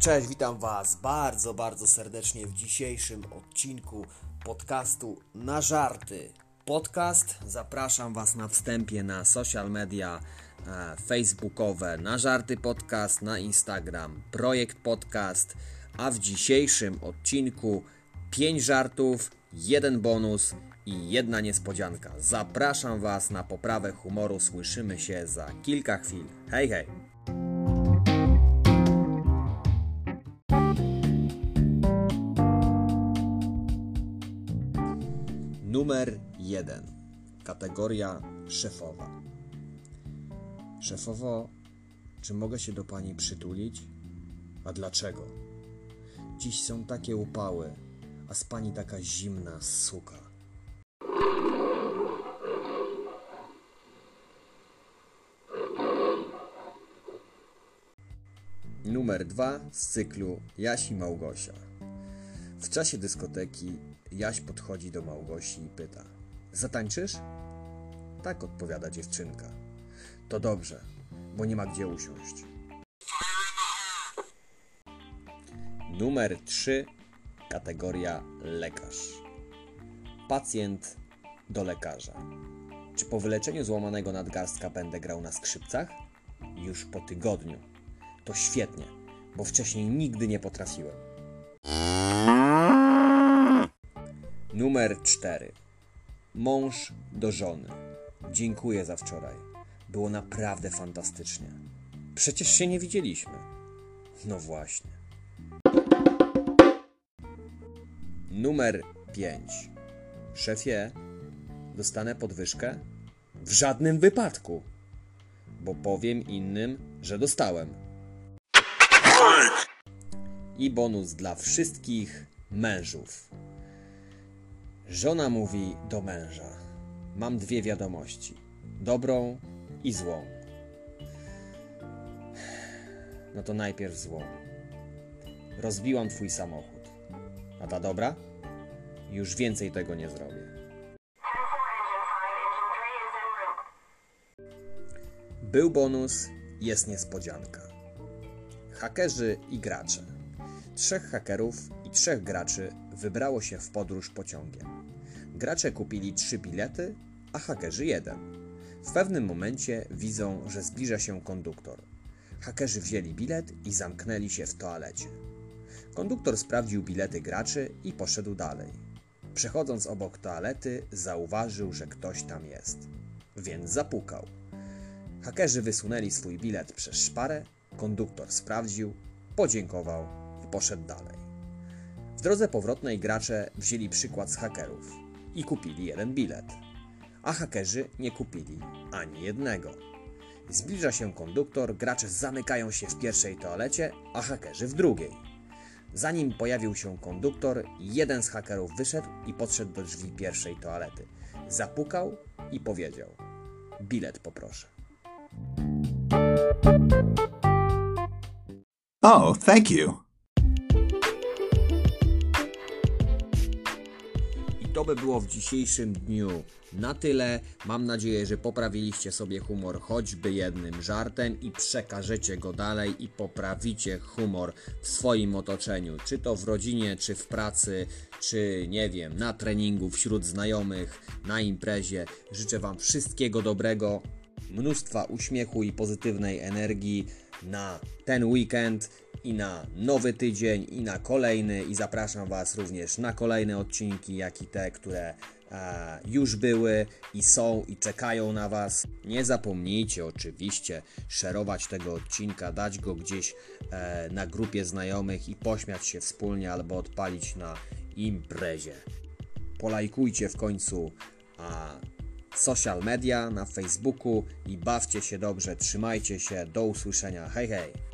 Cześć, witam Was bardzo serdecznie w dzisiejszym odcinku podcastu Na Żarty. Podcast, zapraszam Was na wstępie na social media facebookowe Na Żarty Podcast, na Instagram Projekt Podcast, a w dzisiejszym odcinku 5 żartów, 1 bonus i 1 niespodzianka. Zapraszam Was na poprawę humoru, słyszymy się za kilka chwil. Hej, hej! Numer 1. Kategoria szefowa. Szefowo, czy mogę się do Pani przytulić? A dlaczego? Dziś są takie upały, a z Pani taka zimna suka. Numer 2 z cyklu Jaś i Małgosia. W czasie dyskoteki Jaś podchodzi do Małgosi i pyta: zatańczysz? Tak, odpowiada dziewczynka. To dobrze, bo nie ma gdzie usiąść. Numer 3. Kategoria lekarz. Pacjent do lekarza. Czy po wyleczeniu złamanego nadgarstka będę grał na skrzypcach? Już po tygodniu. To świetnie, bo wcześniej nigdy nie potrafiłem. Numer 4. Mąż do żony. Dziękuję za wczoraj. Było naprawdę fantastycznie. Przecież się nie widzieliśmy. No właśnie. Numer 5. Szefie, dostanę podwyżkę? W żadnym wypadku. Bo powiem innym, że dostałem. I bonus dla wszystkich mężów. Żona mówi do męża: mam 2 wiadomości, dobrą i złą. No to najpierw złą. Rozbiłam twój samochód. A ta dobra? Już więcej tego nie zrobię. Był bonus, jest niespodzianka. Hakerzy i gracze. 3 hakerów i 3 graczy wybrało się w podróż pociągiem. Gracze kupili 3 bilety, a hakerzy 1. W pewnym momencie widzą, że zbliża się konduktor. Hakerzy wzięli bilet i zamknęli się w toalecie. Konduktor sprawdził bilety graczy i poszedł dalej. Przechodząc obok toalety, zauważył, że ktoś tam jest, więc zapukał. Hakerzy wysunęli swój bilet przez szparę, konduktor sprawdził, podziękował i poszedł dalej. W drodze powrotnej gracze wzięli przykład z hakerów i kupili 1 bilet, a hakerzy nie kupili ani jednego. Zbliża się konduktor, gracze zamykają się w pierwszej toalecie, a hakerzy w drugiej. Zanim pojawił się konduktor, jeden z hakerów wyszedł i podszedł do drzwi pierwszej toalety. Zapukał i powiedział: bilet poproszę. Oh, thank you. I to by było w dzisiejszym dniu na tyle. Mam nadzieję, że poprawiliście sobie humor choćby jednym żartem i przekażecie go dalej i poprawicie humor w swoim otoczeniu. Czy to w rodzinie, czy w pracy, czy nie wiem, na treningu, wśród znajomych, na imprezie. Życzę Wam wszystkiego dobrego, mnóstwa uśmiechu i pozytywnej energii na ten weekend i na nowy tydzień i na kolejny, i zapraszam Was również na kolejne odcinki, jak i te, które już były i są i czekają na Was. Nie zapomnijcie oczywiście szerować tego odcinka, dać go gdzieś na grupie znajomych i pośmiać się wspólnie albo odpalić na imprezie. Polajkujcie w końcu social media na Facebooku i bawcie się dobrze, trzymajcie się, do usłyszenia, hej hej!